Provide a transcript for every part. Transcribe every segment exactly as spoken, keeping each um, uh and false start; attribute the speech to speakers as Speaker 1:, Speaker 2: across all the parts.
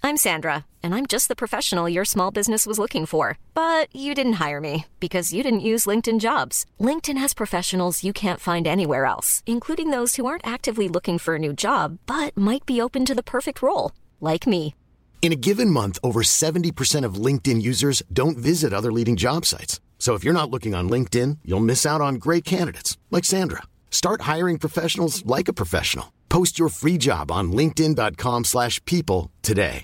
Speaker 1: I'm Sandra, and I'm just the professional your small business was looking for. But you didn't hire me because you didn't use LinkedIn Jobs. LinkedIn has professionals you can't find anywhere else, including those who aren't actively looking for a new job, but might be open to the perfect role, like me.
Speaker 2: In a given month, over seventy percent of LinkedIn users don't visit other leading job sites. So if you're not looking on LinkedIn, you'll miss out on great candidates like Sandra. Start hiring professionals like a professional. Post your free job on linkedin.com slash people today.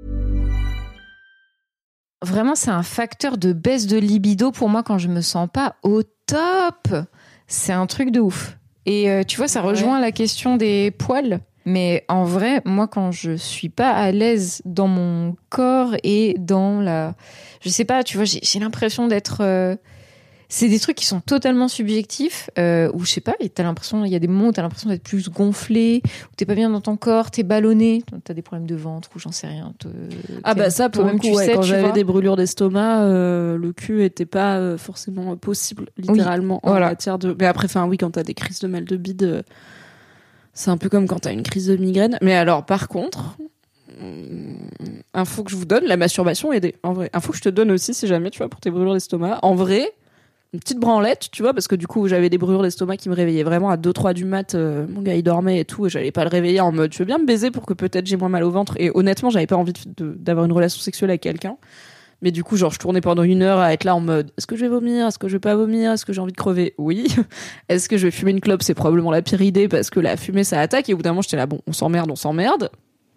Speaker 3: Vraiment, c'est un facteur de baisse de libido pour moi quand je me sens pas au top. C'est un truc de ouf. Et euh, tu vois, ça rejoint ouais. la question des poils. Mais en vrai, moi, quand je suis pas à l'aise dans mon corps et dans la... Je sais pas, tu vois, j'ai, j'ai l'impression d'être... Euh... C'est des trucs qui sont totalement subjectifs, euh, où je sais pas, et t'as l'impression, il y a des moments où t'as l'impression d'être plus gonflé, où t'es pas bien dans ton corps, t'es ballonné, t'as des problèmes de ventre ou j'en sais rien. Te,
Speaker 4: ah bah ça, pour le coup, ouais,
Speaker 3: sais,
Speaker 4: quand j'avais
Speaker 3: vois.
Speaker 4: des brûlures d'estomac, euh, le cul était pas euh, forcément possible, littéralement, oui, en voilà. matière de... Mais après, enfin oui, quand t'as des crises de mal de bide, euh, c'est un peu comme quand t'as une crise de migraine. Mais alors, par contre... Info que je vous donne, la masturbation aide, en vrai. Info que je te donne aussi, si jamais, tu vois, pour tes brûlures d'estomac. En vrai... Une petite branlette, tu vois, parce que du coup, j'avais des brûlures d'estomac qui me réveillaient vraiment à deux trois du mat. Euh, mon gars, il dormait et tout, et j'allais pas le réveiller en mode, je veux bien me baiser pour que peut-être j'ai moins mal au ventre. Et honnêtement, j'avais pas envie de, de, d'avoir une relation sexuelle avec quelqu'un. Mais du coup, genre, je tournais pendant une heure à être là en mode, est-ce que je vais vomir? Est-ce que je vais pas vomir? Est-ce que j'ai envie de crever? Oui. Est-ce que je vais fumer une clope? C'est probablement la pire idée parce que la fumée, ça attaque. Et au bout d'un moment, j'étais là, bon, on s'emmerde, on s'emmerde.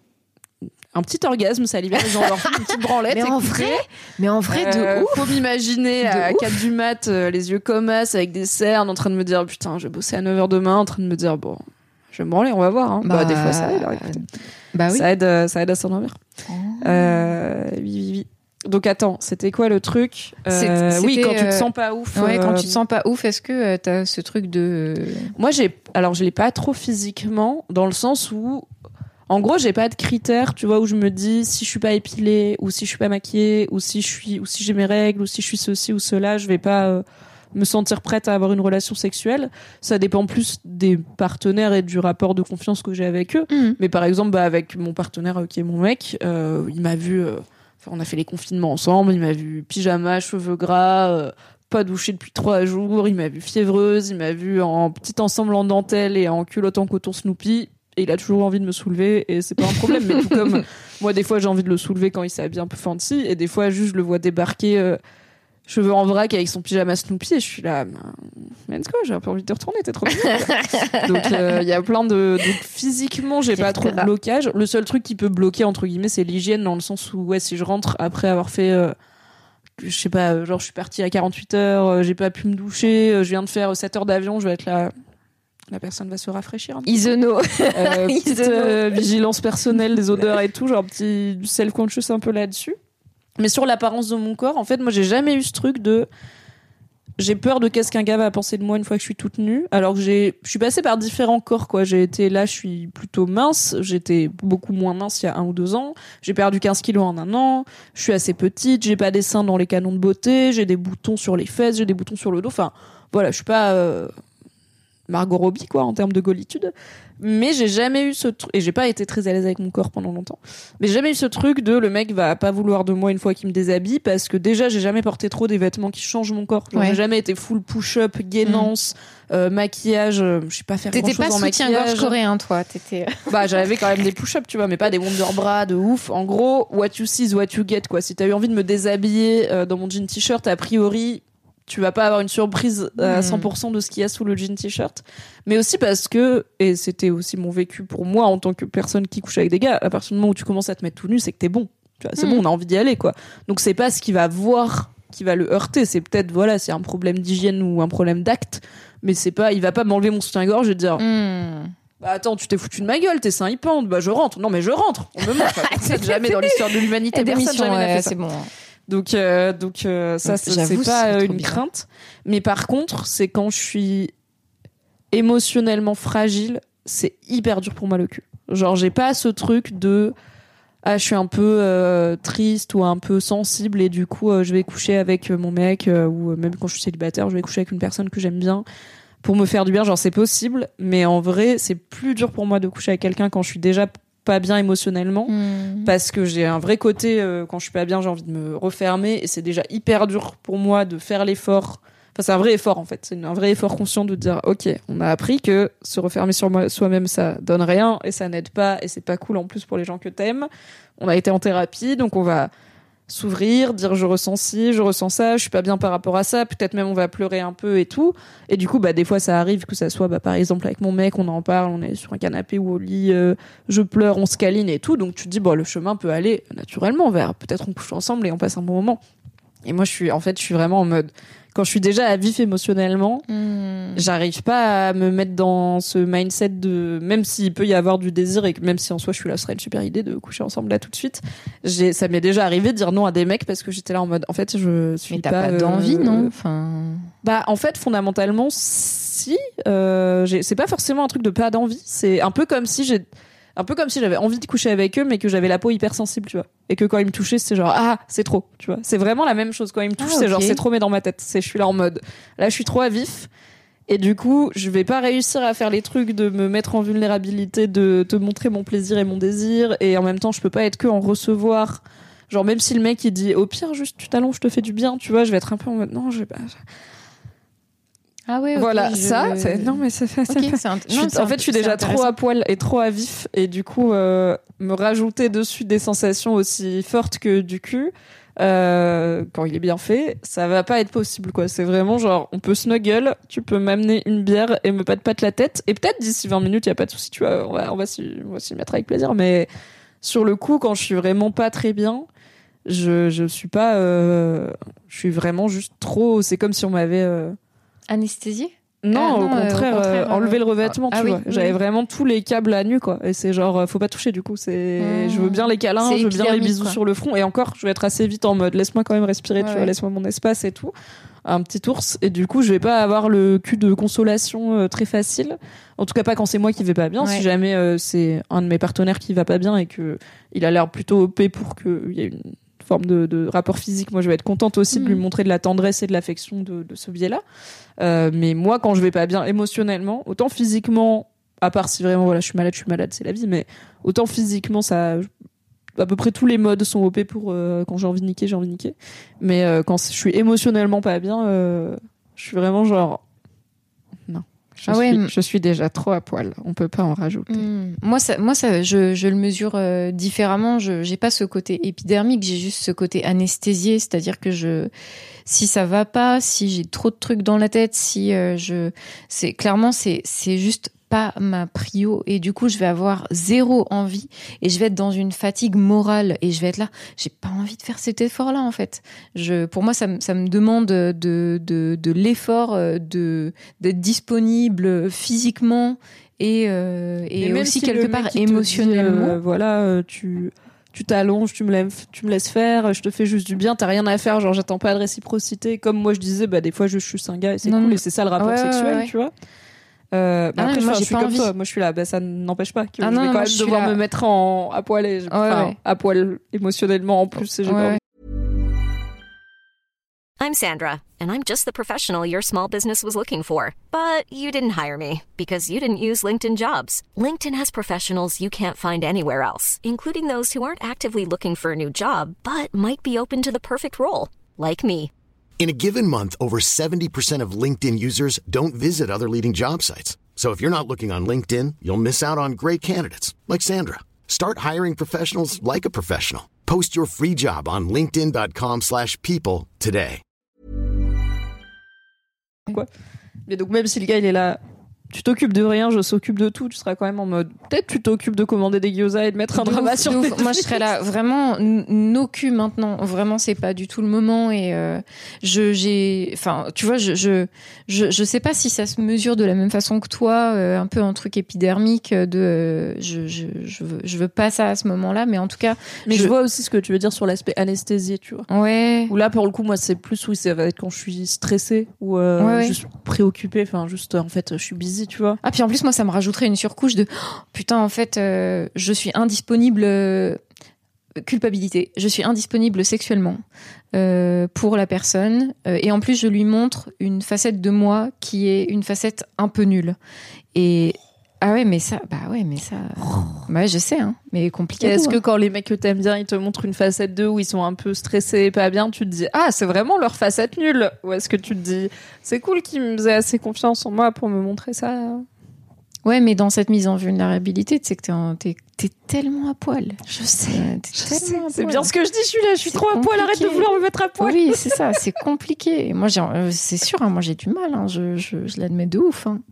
Speaker 4: Un petit orgasme, ça libère les endorphines, une petite branlette.
Speaker 3: Mais en vrai, mais en vrai, de
Speaker 4: euh,
Speaker 3: ouf.
Speaker 4: Faut m'imaginer
Speaker 3: de
Speaker 4: à
Speaker 3: ouf.
Speaker 4: quatre du mat, euh, les yeux comme as, avec des cernes, en train de me dire, putain, je vais bosser à neuf heures demain, en train de me dire, bon, je vais me branler, on va voir. Hein. Bah, bah, des fois, ça aide. Alors,
Speaker 3: bah oui.
Speaker 4: Ça aide, euh, ça aide à s'endormir.
Speaker 3: Oh.
Speaker 4: Euh, oui, oui, oui. Donc attends, c'était quoi le truc euh,
Speaker 3: c'était,
Speaker 4: Oui, quand
Speaker 3: euh...
Speaker 4: tu te sens pas ouf.
Speaker 3: Ouais,
Speaker 4: euh...
Speaker 3: quand tu te sens pas ouf, est-ce que euh, t'as ce truc de...
Speaker 4: Moi, j'ai... Alors, je l'ai pas trop physiquement, dans le sens où... En gros, j'ai pas de critères, tu vois, où je me dis si je suis pas épilée, ou si je suis pas maquillée, ou si je suis, ou si j'ai mes règles, ou si je suis ceci ou cela, je vais pas euh, me sentir prête à avoir une relation sexuelle. Ça dépend plus des partenaires et du rapport de confiance que j'ai avec eux. Mmh. Mais par exemple, bah, avec mon partenaire euh, qui est mon mec, euh, il m'a vu, euh, on a fait les confinements ensemble, il m'a vu pyjama, cheveux gras, euh, pas douché depuis trois jours, il m'a vu fiévreuse, il m'a vu en petit ensemble en dentelle et en culotte en coton Snoopy. Et il a toujours envie de me soulever et c'est pas un problème. Mais tout comme moi, des fois, j'ai envie de le soulever quand il s'est habillé un peu fancy et des fois, juste, je le vois débarquer euh, cheveux en vrac avec son pyjama Snoopy et je suis là, let's go, j'ai un peu envie de te retourner, t'es trop bien. Donc, il euh, y a plein de... Donc, physiquement, j'ai pas trop de blocage. Le seul truc qui peut bloquer, entre guillemets, c'est l'hygiène dans le sens où, ouais, si je rentre après avoir fait... Euh, je sais pas, genre, je suis partie à quarante-huit heures, euh, j'ai pas pu me doucher, euh, je viens de faire sept heures d'avion, je vais être là... La personne va se rafraîchir un peu.
Speaker 3: Isono.
Speaker 4: Euh, petite euh, vigilance personnelle des odeurs et tout, genre petit self-conscious un peu là-dessus. Mais sur l'apparence de mon corps, en fait, moi, j'ai jamais eu ce truc de... J'ai peur de qu'est-ce qu'un gars va penser de moi une fois que je suis toute nue. Alors que j'ai... je suis passée par différents corps, quoi. J'ai été là, je suis plutôt mince. J'étais beaucoup moins mince il y a un ou deux ans. J'ai perdu quinze kilos en un an. Je suis assez petite. J'ai pas des seins dans les canons de beauté. J'ai des boutons sur les fesses. J'ai des boutons sur le dos. Enfin, voilà, je suis pas... Euh... Margot Robbie, quoi, en termes de golitude. Mais j'ai jamais eu ce truc, et j'ai pas été très à l'aise avec mon corps pendant longtemps, mais j'ai jamais eu ce truc de le mec va pas vouloir de moi une fois qu'il me déshabille, parce que déjà, j'ai jamais porté trop des vêtements qui changent mon corps. Genre, ouais. J'ai jamais été full push-up, gainance, mmh. euh, maquillage, euh, je sais pas faire grand chose en maquillage.
Speaker 3: T'étais pas soutien-gorge coréen, toi, t'étais...
Speaker 4: Bah, j'avais quand même des push-ups, tu vois, mais pas des wonder bras de ouf. En gros, what you see is what you get, quoi. Si t'as eu envie de me déshabiller euh, dans mon jean t-shirt, a priori, tu vas pas avoir une surprise à cent pour cent de ce qu'il y a sous le jean t-shirt, mais aussi parce que, et c'était aussi mon vécu pour moi en tant que personne qui couche avec des gars, à partir du moment où tu commences à te mettre tout nu, c'est que t'es bon, tu vois, c'est mmh. bon, on a envie d'y aller, quoi. Donc c'est pas ce qu'il va voir qui va le heurter, c'est peut-être, voilà, c'est un problème d'hygiène ou un problème d'acte, mais c'est pas, il va pas m'enlever mon soutien-gorge et dire mmh. bah attends, tu t'es foutu de ma gueule, tes seins ils pendent, bah je rentre, non mais je rentre, on me montre, personne jamais dans l'histoire de l'humanité, personne jamais n'a fait ça.
Speaker 3: C'est bon.
Speaker 4: Donc, euh, donc euh, ça, c'est, c'est pas euh, une crainte. Mais par contre, c'est quand je suis émotionnellement fragile, c'est hyper dur pour moi le cul. Genre, j'ai pas ce truc de ah, je suis un peu euh, triste ou un peu sensible et du coup, euh, je vais coucher avec mon mec euh, ou même quand je suis célibataire, je vais coucher avec une personne que j'aime bien pour me faire du bien. Genre, c'est possible, mais en vrai, c'est plus dur pour moi de coucher avec quelqu'un quand je suis déjà pas bien émotionnellement
Speaker 3: Mmh.
Speaker 4: parce que j'ai un vrai côté euh, quand je suis pas bien j'ai envie de me refermer et c'est déjà hyper dur pour moi de faire l'effort. Enfin c'est un vrai effort en fait, c'est un vrai effort conscient de dire ok on a appris que se refermer sur moi, soi-même ça donne rien et ça n'aide pas et c'est pas cool en plus pour les gens que t'aimes. On a été en thérapie donc on va s'ouvrir, dire je ressens ci, je ressens ça, je suis pas bien par rapport à ça, peut-être même on va pleurer un peu et tout. Et du coup, bah des fois ça arrive que ça soit bah par exemple avec mon mec, on en parle, on est sur un canapé ou au lit, euh, je pleure, on se câline et tout, donc tu te dis bon le chemin peut aller naturellement vers peut-être on couche ensemble et on passe un bon moment. Et moi je suis en fait, je suis vraiment en mode quand je suis déjà à vif émotionnellement, mmh. j'arrive pas à me mettre dans ce mindset de même s'il peut y avoir du désir et que même si en soi je suis là, ce serait une super idée de coucher ensemble là tout de suite. J'ai, ça m'est déjà arrivé de dire non à des mecs parce que j'étais là en mode en fait je suis
Speaker 3: mais t'as
Speaker 4: pas,
Speaker 3: pas d'envie
Speaker 4: euh,
Speaker 3: non enfin
Speaker 4: bah en fait fondamentalement si euh, j'ai, c'est pas forcément un truc de pas d'envie, c'est un peu comme si j'ai un peu comme si j'avais envie de coucher avec eux mais que j'avais la peau hypersensible tu vois et que quand ils me touchaient c'était genre ah c'est trop tu vois, c'est vraiment la même chose quand ils me touchent ah, okay. c'est genre c'est trop mais dans ma tête, c'est je suis là en mode là je suis trop à vif et du coup je vais pas réussir à faire les trucs de me mettre en vulnérabilité, de te montrer mon plaisir et mon désir et en même temps je peux pas être que en recevoir, genre même si le mec il dit au pire juste tu t'allonges je te fais du bien tu vois, je vais être un peu en mode non je vais pas.
Speaker 3: Ah ouais, okay,
Speaker 4: voilà
Speaker 3: je...
Speaker 4: ça c'est... non mais c'est, c'est...
Speaker 3: Okay, c'est int...
Speaker 4: je suis...
Speaker 3: non,
Speaker 4: en fait je suis déjà trop à poil et trop à vif et du coup euh, me rajouter dessus des sensations aussi fortes que du cul euh, quand il est bien fait ça va pas être possible quoi, c'est vraiment genre on peut snuggle, tu peux m'amener une bière et me patte patte la tête et peut-être d'ici vingt minutes y a pas de souci tu vois, on va, on va s'y, on va s'y mettre avec plaisir mais sur le coup quand je suis vraiment pas très bien je, je suis pas euh... je suis vraiment juste trop, c'est comme si on m'avait euh...
Speaker 3: anesthésié?
Speaker 4: Non,
Speaker 3: ah, non
Speaker 4: au contraire, euh, au contraire euh, enlever le revêtement,
Speaker 3: ah,
Speaker 4: tu
Speaker 3: ah,
Speaker 4: vois.
Speaker 3: Oui,
Speaker 4: J'avais
Speaker 3: oui.
Speaker 4: vraiment tous les câbles à nu, quoi. Et c'est genre, faut pas toucher, du coup. C'est, mmh. je veux bien les câlins,
Speaker 3: c'est
Speaker 4: je veux bien les bisous
Speaker 3: quoi.
Speaker 4: sur le front. Et encore, je vais être assez vite en mode, laisse-moi quand même respirer, ouais, tu
Speaker 3: ouais.
Speaker 4: vois, laisse-moi mon espace et tout. Un petit ours. Et du coup, je vais pas avoir le cul de consolation euh, très facile. En tout cas, pas quand c'est moi qui vais pas bien. Ouais. Si jamais euh, c'est un de mes partenaires qui va pas bien et que il a l'air plutôt O P pour qu'il y ait une forme de, de rapport physique, moi je vais être contente aussi mmh. de lui montrer de la tendresse et de l'affection de, de ce biais-là. Euh, mais moi quand je vais pas bien émotionnellement, autant physiquement, à part si vraiment voilà je suis malade, je suis malade, c'est la vie, mais autant physiquement ça, à peu près tous les modes sont O P pour euh, quand j'ai envie de niquer, j'ai envie de niquer. Mais euh, quand je suis émotionnellement pas bien, euh, je suis vraiment genre non. Je,
Speaker 3: ah ouais,
Speaker 4: suis, je suis déjà trop à poil. On peut pas en rajouter.
Speaker 3: Mmh. Moi, ça, moi ça, je, je le mesure euh, différemment. Je j'ai pas ce côté épidermique, j'ai juste ce côté anesthésié. C'est-à-dire que je, si ça va pas, si j'ai trop de trucs dans la tête, si euh, je, c'est clairement c'est c'est juste pas ma prio et du coup je vais avoir zéro envie et je vais être dans une fatigue morale et je vais être là, j'ai pas envie de faire cet effort là en fait. Je, pour moi ça, ça me demande de, de, de l'effort de, d'être disponible physiquement et, euh, et, et aussi si quelque part émotionnellement.
Speaker 4: Dit, euh, voilà, euh, tu... tu t'allonges, tu me, laisses, tu me laisses faire, je te fais juste du bien, t'as rien à faire, genre j'attends pas de réciprocité. Comme moi je disais, bah des fois je suis un gars et c'est non, cool non. et c'est ça le rapport
Speaker 3: ouais,
Speaker 4: sexuel,
Speaker 3: ouais, ouais.
Speaker 4: tu vois. Euh, bah
Speaker 3: ah
Speaker 4: après,
Speaker 3: non, moi,
Speaker 4: je,
Speaker 3: j'ai
Speaker 4: je suis
Speaker 3: pas
Speaker 4: comme
Speaker 3: envie.
Speaker 4: toi. Moi, je suis là. Bah, ça n'empêche pas que
Speaker 3: ah
Speaker 4: je
Speaker 3: non,
Speaker 4: vais quand
Speaker 3: moi,
Speaker 4: même devoir
Speaker 3: là...
Speaker 4: me mettre en, à poil, et,
Speaker 3: ouais,
Speaker 4: enfin,
Speaker 3: ouais.
Speaker 4: à poil émotionnellement en plus. Et j'ai
Speaker 3: ouais.
Speaker 4: pas envie.
Speaker 1: I'm Sandra, and I'm just the professional your small business was looking for. But you didn't hire me because you didn't use LinkedIn Jobs. LinkedIn has professionals you can't find anywhere else, including those who aren't actively looking for a new job, but might be open to the perfect role, like me.
Speaker 2: In a given month, over seventy percent of LinkedIn users don't visit other leading job sites. So if you're not looking on LinkedIn, you'll miss out on great candidates like Sandra. Start hiring professionals like a professional. Post your free job on linkedin dot com slash people today.
Speaker 4: Quoi. Mais donc même si le gars il est là, tu t'occupes de rien, je s'occupe de tout, tu seras quand même en mode peut-être tu t'occupes de commander des gyoza et de mettre un drama sur tes
Speaker 3: moi je serais là vraiment no cul maintenant, vraiment c'est pas du tout le moment et euh, je j'ai enfin tu vois je je je je sais pas si ça se mesure de la même façon que toi, euh, un peu un truc épidermique de euh, je je je veux, je veux pas ça à ce moment-là, mais en tout cas
Speaker 4: mais
Speaker 3: je,
Speaker 4: je vois aussi ce que tu veux dire sur l'aspect anesthésie, tu vois.
Speaker 3: Ouais.
Speaker 4: Ou là pour le coup moi c'est plus oui, ça va être quand je suis stressée ou euh,
Speaker 3: ouais, ouais.
Speaker 4: juste préoccupée, enfin juste en fait je suis busy, tu vois.
Speaker 3: Ah puis en plus moi ça me rajouterait une surcouche de oh, putain en fait euh, je suis indisponible euh, culpabilité, je suis indisponible sexuellement euh, pour la personne euh, et en plus je lui montre une facette de moi qui est une facette un peu nulle et Ah ouais, mais ça, bah ouais, mais ça, bah je sais, hein, mais compliqué.
Speaker 4: Est-ce que
Speaker 3: hein.
Speaker 4: quand les mecs que t'aimes bien, ils te montrent une facette d'eux où ils sont un peu stressés et pas bien, tu te dis ah c'est vraiment leur facette nulle, ou est-ce que tu te dis c'est cool qu'ils me faisaient assez confiance en moi pour me montrer ça?
Speaker 3: Ouais, mais dans cette mise en vulnérabilité, tu sais que t'es, en, t'es, t'es tellement à poil.
Speaker 4: Je sais,
Speaker 3: Euh, t'es
Speaker 4: je
Speaker 3: tellement
Speaker 4: sais.
Speaker 3: à
Speaker 4: C'est
Speaker 3: poil.
Speaker 4: bien ce que je dis, je suis là, je suis
Speaker 3: C'est
Speaker 4: trop à poil, arrête de
Speaker 3: compliqué.
Speaker 4: vouloir me mettre à poil.
Speaker 3: Oui, c'est ça, c'est compliqué. Et moi, j'ai, euh, c'est sûr, hein, moi j'ai du mal, hein, je, je, je l'admets de ouf. Hein.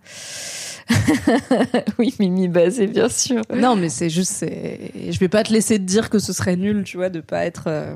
Speaker 3: Oui, Mimi Basé, bien sûr.
Speaker 4: Non, mais c'est juste, c'est... je vais pas te laisser te dire que ce serait nul, tu vois, de pas être euh,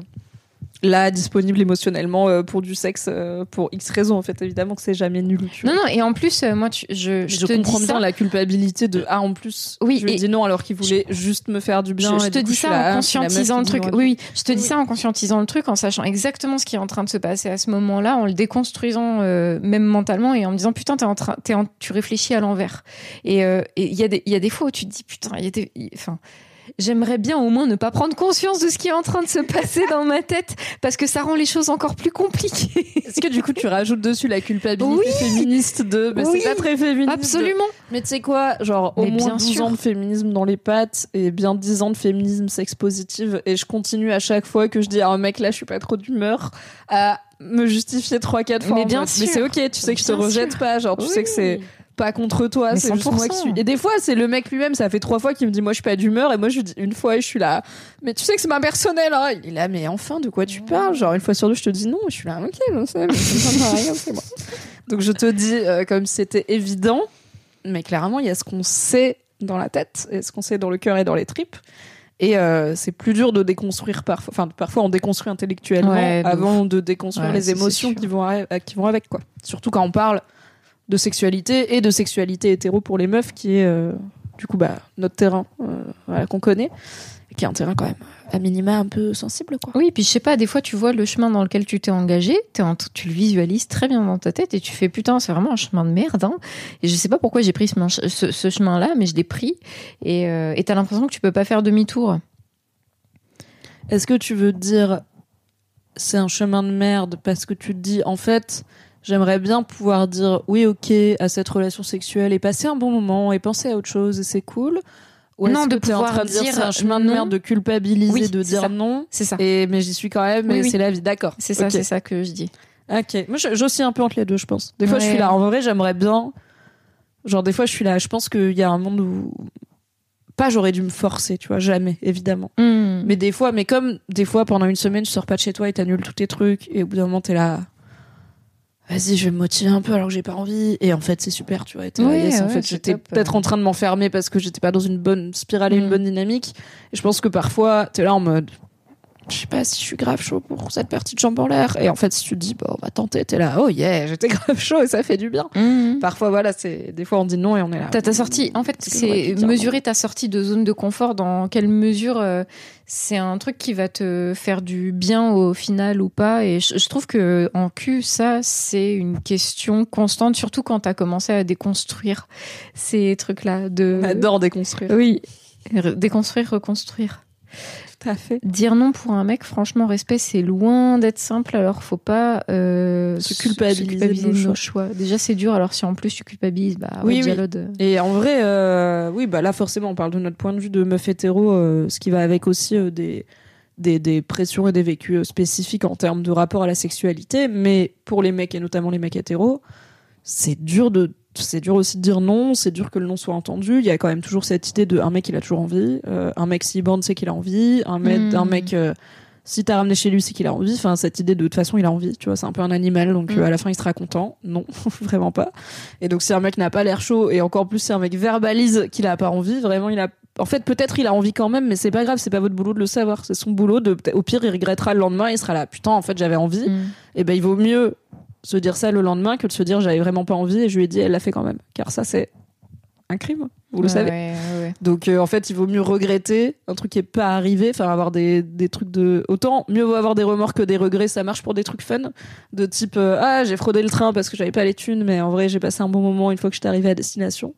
Speaker 4: là, disponible émotionnellement euh, pour du sexe, euh, pour X raisons. En fait, évidemment que c'est jamais nul, tu vois.
Speaker 3: Non, non, et en plus, euh, moi, tu, je, je,
Speaker 4: Je
Speaker 3: te
Speaker 4: comprends
Speaker 3: dis
Speaker 4: bien
Speaker 3: ça.
Speaker 4: la culpabilité de ah en plus
Speaker 3: Oui,
Speaker 4: je lui ai
Speaker 3: et-
Speaker 4: dit non alors qu'il voulait juste me faire du bien.
Speaker 3: Je, je
Speaker 4: et
Speaker 3: te
Speaker 4: du coup,
Speaker 3: dis
Speaker 4: je suis
Speaker 3: ça
Speaker 4: là,
Speaker 3: en
Speaker 4: ah, c'est la meuf
Speaker 3: conscientisant
Speaker 4: qui
Speaker 3: le
Speaker 4: dit
Speaker 3: truc.
Speaker 4: non,
Speaker 3: Oui, oui, je te dis
Speaker 4: Oui.
Speaker 3: ça en conscientisant le truc, en sachant exactement ce qui est en train de se passer à ce moment-là, en le déconstruisant euh, même mentalement et en me disant putain, t'es en train, t'es en, tu réfléchis à l'envers. Et euh, et il y a des, il y a des fois où tu te dis putain, il y a des, enfin. J'aimerais bien au moins ne pas prendre conscience de ce qui est en train de se passer dans ma tête parce que ça rend les choses encore plus compliquées.
Speaker 4: Est-ce que du coup tu rajoutes dessus la culpabilité
Speaker 3: Oui.
Speaker 4: féministe de mais
Speaker 3: Oui.
Speaker 4: c'est pas très féministe.
Speaker 3: Absolument.
Speaker 4: de- Mais tu sais quoi, genre au
Speaker 3: Mais
Speaker 4: moins
Speaker 3: bien
Speaker 4: douze
Speaker 3: sûr.
Speaker 4: ans de féminisme dans les pattes et bien dix ans de féminisme sex positive et je continue à chaque fois que je dis à un mec là je suis pas trop d'humeur à me justifier trois quatre fois.
Speaker 3: Mais
Speaker 4: en
Speaker 3: bien
Speaker 4: mode,
Speaker 3: sûr.
Speaker 4: Mais c'est ok, tu sais que je te
Speaker 3: Bien
Speaker 4: rejette
Speaker 3: sûr.
Speaker 4: pas, genre tu
Speaker 3: Oui.
Speaker 4: sais que c'est pas contre toi,
Speaker 3: Mais
Speaker 4: c'est juste
Speaker 3: cent pour
Speaker 4: moi qui
Speaker 3: cent.
Speaker 4: suis. Et des fois, c'est le mec lui-même, ça fait trois fois qu'il me dit moi je suis pas d'humeur et moi je lui dis une fois et je suis là. Mais tu sais que c'est ma personnelle, hein. Il est là, mais enfin de quoi tu parles? Genre une fois sur deux, je te dis non, je suis là, ok, je sais, mais ça ne sert à rien, c'est moi. Donc je te dis euh, comme si c'était évident, mais clairement il y a ce qu'on sait dans la tête et ce qu'on sait dans le cœur et dans les tripes. Et euh, c'est plus dur de déconstruire parfois. Enfin, parfois on déconstruit intellectuellement
Speaker 3: Ouais, de
Speaker 4: avant de déconstruire
Speaker 3: Ouais,
Speaker 4: les
Speaker 3: ça, c'est
Speaker 4: émotions
Speaker 3: sûr.
Speaker 4: qui vont, arri- euh, qui vont avec, quoi. Surtout quand on parle de sexualité et de sexualité hétéro pour les meufs, qui est euh, du coup bah, notre terrain euh, voilà, qu'on connaît, et qui est un terrain quand même à minima un peu sensible, quoi.
Speaker 3: Oui, puis je sais pas, des fois tu vois le chemin dans lequel tu t'es engagé, t'es en- tu le visualises très bien dans ta tête et tu fais putain, c'est vraiment un chemin de merde. Hein. Et je sais pas pourquoi j'ai pris ce, manche- ce, ce chemin-là, mais je l'ai pris et euh, et t'as l'impression que tu peux pas faire demi-tour.
Speaker 4: Est-ce que tu veux dire c'est un chemin de merde parce que tu te dis en fait j'aimerais bien pouvoir dire oui ok à cette relation sexuelle et passer un bon moment et penser à autre chose et c'est cool, ou
Speaker 3: Non,
Speaker 4: est-ce
Speaker 3: de
Speaker 4: que t'es en
Speaker 3: pouvoir
Speaker 4: train de dire
Speaker 3: dire
Speaker 4: c'est un chemin de
Speaker 3: non.
Speaker 4: merde de culpabiliser,
Speaker 3: Oui,
Speaker 4: de
Speaker 3: c'est
Speaker 4: dire
Speaker 3: ça.
Speaker 4: non
Speaker 3: C'est ça.
Speaker 4: et mais j'y suis quand même
Speaker 3: Oui,
Speaker 4: et
Speaker 3: oui.
Speaker 4: c'est la vie, d'accord,
Speaker 3: C'est ça,
Speaker 4: ok.
Speaker 3: c'est ça que je dis.
Speaker 4: Ok, moi je- j'oscille un peu entre les deux, je pense. Des fois je
Speaker 3: Ouais.
Speaker 4: suis là, en vrai j'aimerais bien, genre des fois je suis là, je pense qu'il y a un monde où pas j'aurais dû me forcer, tu vois, jamais, évidemment.
Speaker 3: Hmm.
Speaker 4: Mais des fois, mais comme des fois pendant une semaine, tu sors pas de chez toi et t'annules tous tes trucs, et au bout d'un moment, t'es là, vas-y, je vais me motiver un peu alors que j'ai pas envie. Et en fait, c'est super, tu vois. Et t'es là,
Speaker 3: Ouais,
Speaker 4: yes, en
Speaker 3: ouais,
Speaker 4: fait,
Speaker 3: c'est
Speaker 4: j'étais
Speaker 3: top.
Speaker 4: peut-être en train de m'enfermer parce que j'étais pas dans une bonne spirale et une
Speaker 3: Mm.
Speaker 4: bonne dynamique. Et je pense que parfois, t'es là en mode, je sais pas si je suis grave chaud pour cette partie de jambe en l'air. Et en fait, si tu te dis, bon, on va tenter, t'es là, oh yeah, j'étais grave chaud et ça fait du bien.
Speaker 3: Hmm.
Speaker 4: Parfois, voilà, c'est, des fois, on dit non et on est là.
Speaker 3: T'as ta sortie. En fait,
Speaker 4: Est-ce que j'aurais
Speaker 3: c'est
Speaker 4: pu dire
Speaker 3: mesurer
Speaker 4: non
Speaker 3: ta sortie de zone de confort. Dans quelle mesure euh, c'est un truc qui va te faire du bien au final ou pas. Et je, je trouve que en cul, ça, c'est une question constante, surtout quand t'as commencé à déconstruire ces trucs-là. De...
Speaker 4: On adore déconstruire.
Speaker 3: Oui, Re- déconstruire, reconstruire.
Speaker 4: Tout à fait.
Speaker 3: Dire non pour un mec, franchement, respect, c'est loin d'être simple. Alors, faut pas euh,
Speaker 4: Se culpabiliser de nos
Speaker 3: de
Speaker 4: choix.
Speaker 3: nos choix. Déjà, c'est dur. Alors, si en plus tu culpabilises, bah
Speaker 4: Oui,
Speaker 3: ouais,
Speaker 4: oui.
Speaker 3: dialogue.
Speaker 4: Et en vrai, euh, oui, bah là forcément, on parle de notre point de vue de meuf hétéro, euh, ce qui va avec aussi euh, des, des des pressions et des vécus euh, spécifiques en termes de rapport à la sexualité. Mais pour les mecs et notamment les mecs hétéros, c'est dur de, c'est dur aussi de dire non. C'est dur que le non soit entendu. Il y a quand même toujours cette idée de un mec il a toujours envie, euh, un mec s'il bande c'est qu'il a envie, un mec,
Speaker 3: Mm.
Speaker 4: un mec euh, si t'as ramené chez lui c'est qu'il a envie. Enfin cette idée de de toute façon il a envie. Tu vois, c'est un peu un animal donc
Speaker 3: Mm.
Speaker 4: euh, à la fin il sera content. Non, vraiment pas. Et donc si un mec n'a pas l'air chaud et encore plus si un mec verbalise qu'il a pas envie, vraiment il a en fait peut-être il a envie quand même mais c'est pas grave, c'est pas votre boulot de le savoir, c'est son boulot de au pire il regrettera le lendemain, il sera là putain en fait j'avais envie.
Speaker 3: Mm.
Speaker 4: Et ben il vaut mieux se dire ça le lendemain que de se dire j'avais vraiment pas envie et je lui ai dit elle l'a fait quand même, car ça c'est un crime, vous le
Speaker 3: Ouais,
Speaker 4: savez.
Speaker 3: ouais, ouais.
Speaker 4: Donc euh, en fait, il vaut mieux regretter un truc qui est pas arrivé, enfin avoir des, des trucs de autant mieux vaut avoir des remords que des regrets, ça marche pour des trucs fun de type euh, ah, j'ai fraudé le train parce que j'avais pas les thunes mais en vrai, j'ai passé un bon moment une fois que j'étais arrivée à destination.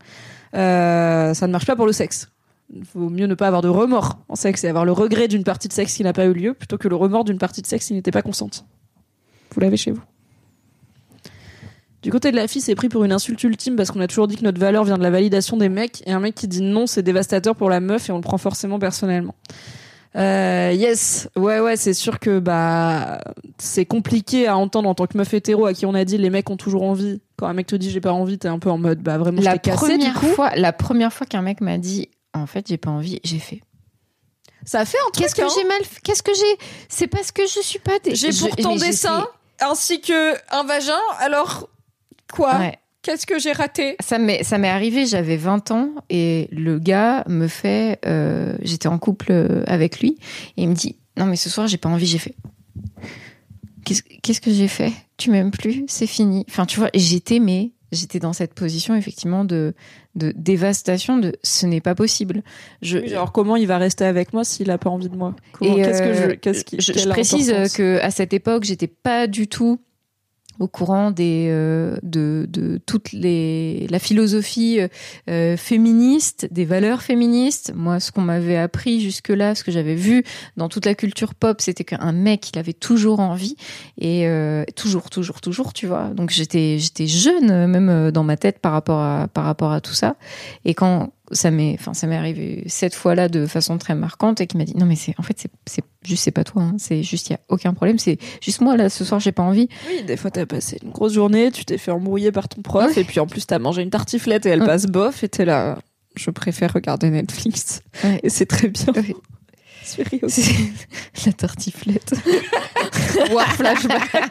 Speaker 4: Euh, ça ne marche pas pour le sexe. Il vaut mieux ne pas avoir de remords en sexe et avoir le regret d'une partie de sexe qui n'a pas eu lieu plutôt que le remords d'une partie de sexe qui n'était pas consentie. Vous l'avez chez vous. Du côté de la fille, c'est pris pour une insulte ultime parce qu'on a toujours dit que notre valeur vient de la validation des mecs. Et un mec qui dit non, c'est dévastateur pour la meuf et on le prend forcément personnellement. Euh, yes, ouais, ouais, c'est sûr que bah c'est compliqué à entendre en tant que meuf hétéro à qui on a dit les mecs ont toujours envie. Quand un mec te dit j'ai pas envie, t'es un peu en mode bah vraiment je t'ai cassé du coup.
Speaker 3: Fois, la première fois qu'un mec m'a dit en fait j'ai pas envie, j'ai fait.
Speaker 4: Ça a fait un truc.
Speaker 3: Qu'est-ce que
Speaker 4: hein
Speaker 3: j'ai mal fait Qu'est-ce que j'ai C'est parce que je suis pas. Des...
Speaker 4: J'ai
Speaker 3: je...
Speaker 4: pourtant
Speaker 3: des
Speaker 4: seins ainsi que un vagin. Alors quoi
Speaker 3: ouais.
Speaker 4: Qu'est-ce que j'ai raté ?
Speaker 3: Ça m'est, ça m'est arrivé, j'avais vingt ans et le gars me fait... Euh, j'étais en couple avec lui et il me dit « Non mais ce soir, j'ai pas envie, j'ai fait. » Qu'est-ce, qu'est-ce que j'ai fait ? Tu m'aimes plus ? C'est fini. Enfin, tu vois, j'étais, mais j'étais dans cette position effectivement de, de dévastation, de ce n'est pas possible. Je,
Speaker 4: oui, genre, comment il va rester avec moi s'il a pas envie de moi ? Comment,
Speaker 3: et
Speaker 4: qu'est-ce que
Speaker 3: euh,
Speaker 4: je, qu'est-ce qui,
Speaker 3: je, je précise
Speaker 4: importance
Speaker 3: qu'à cette époque, j'étais pas du tout au courant des euh, de de toute les la philosophie euh, féministe, des valeurs féministes. Moi, ce qu'on m'avait appris jusque-là, ce que j'avais vu dans toute la culture pop, c'était qu'un mec, il avait toujours envie et euh, toujours, toujours, toujours, tu vois. Donc j'étais j'étais jeune même dans ma tête par rapport à par rapport à tout ça. Et quand ça m'est enfin ça m'est arrivé cette fois-là de façon très marquante et qui m'a dit non mais c'est en fait c'est c'est juste c'est pas toi hein, c'est juste il y a aucun problème, c'est juste moi là ce soir j'ai pas envie.
Speaker 4: Oui, des fois t'as passé une grosse journée, tu t'es fait embrouiller par ton prof ouais. et puis en plus t'as mangé une tartiflette et elle ouais. passe bof et t'es là je préfère regarder Netflix ouais. et c'est très bien. Ouais. C'est
Speaker 3: la tartiflette. Wow, flashback.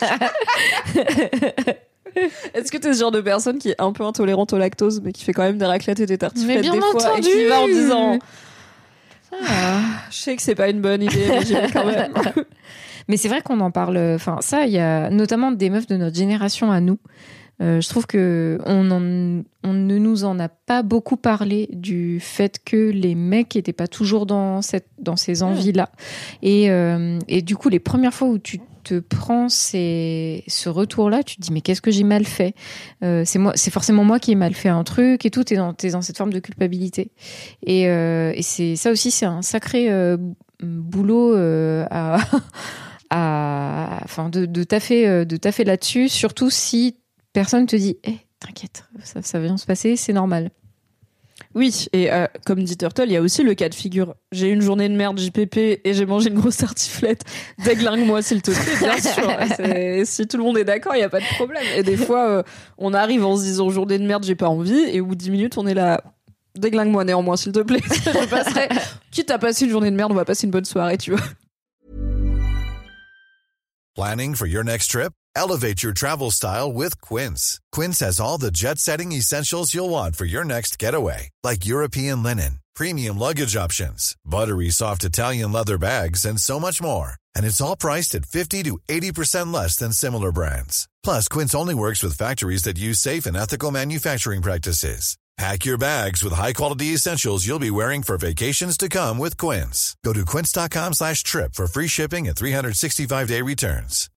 Speaker 4: Est-ce que t'es ce genre de personne qui est un peu intolérante au lactose mais qui fait quand même des raclettes et des tartiflettes des
Speaker 3: entendu.
Speaker 4: fois et qui va en disant ah, je sais que c'est pas une bonne idée mais j'y vais quand même.
Speaker 3: Mais c'est vrai qu'on en parle, enfin ça il y a notamment des meufs de notre génération à nous. Euh, je trouve que on, en, on ne nous en a pas beaucoup parlé du fait que les mecs étaient pas toujours dans cette dans ces envies-là. Et euh, et du coup les premières fois où tu te prends ces, ce retour-là, tu te dis mais qu'est-ce que j'ai mal fait ? euh, C'est moi, c'est forcément moi qui ai mal fait un truc et tout. T'es dans t'es dans cette forme de culpabilité. Et euh, et c'est ça aussi, c'est un sacré euh, boulot euh, à à enfin de de taffer de taffer là-dessus, surtout si personne te dit hey, « T'inquiète, ça, ça vient se passer, c'est normal. »
Speaker 4: Oui, et euh, comme dit Turtle, il y a aussi le cas de figure. J'ai eu une journée de merde J P P et j'ai mangé une grosse tartiflette. Déglingue-moi s'il te plaît, bien sûr. C'est... Si tout le monde est d'accord, il n'y a pas de problème. Et des fois, euh, on arrive en se disant « Journée de merde, j'ai pas envie » et au bout de dix minutes, on est là « Déglingue-moi néanmoins s'il te plaît. » Je passerai. Quitte à passer une journée de merde, on va passer une bonne soirée, tu vois.
Speaker 5: Planning for your next trip? Elevate your travel style with Quince. Quince has all the jet-setting essentials you'll want for your next getaway, like European linen, premium luggage options, buttery soft Italian leather bags, and so much more. And it's all priced at fifty to eighty percent less than similar brands. Plus, Quince only works with factories that use safe and ethical manufacturing practices. Pack your bags with high-quality essentials you'll be wearing for vacations to come with Quince. Go to quince.com slash trip for free shipping and three sixty-five day returns.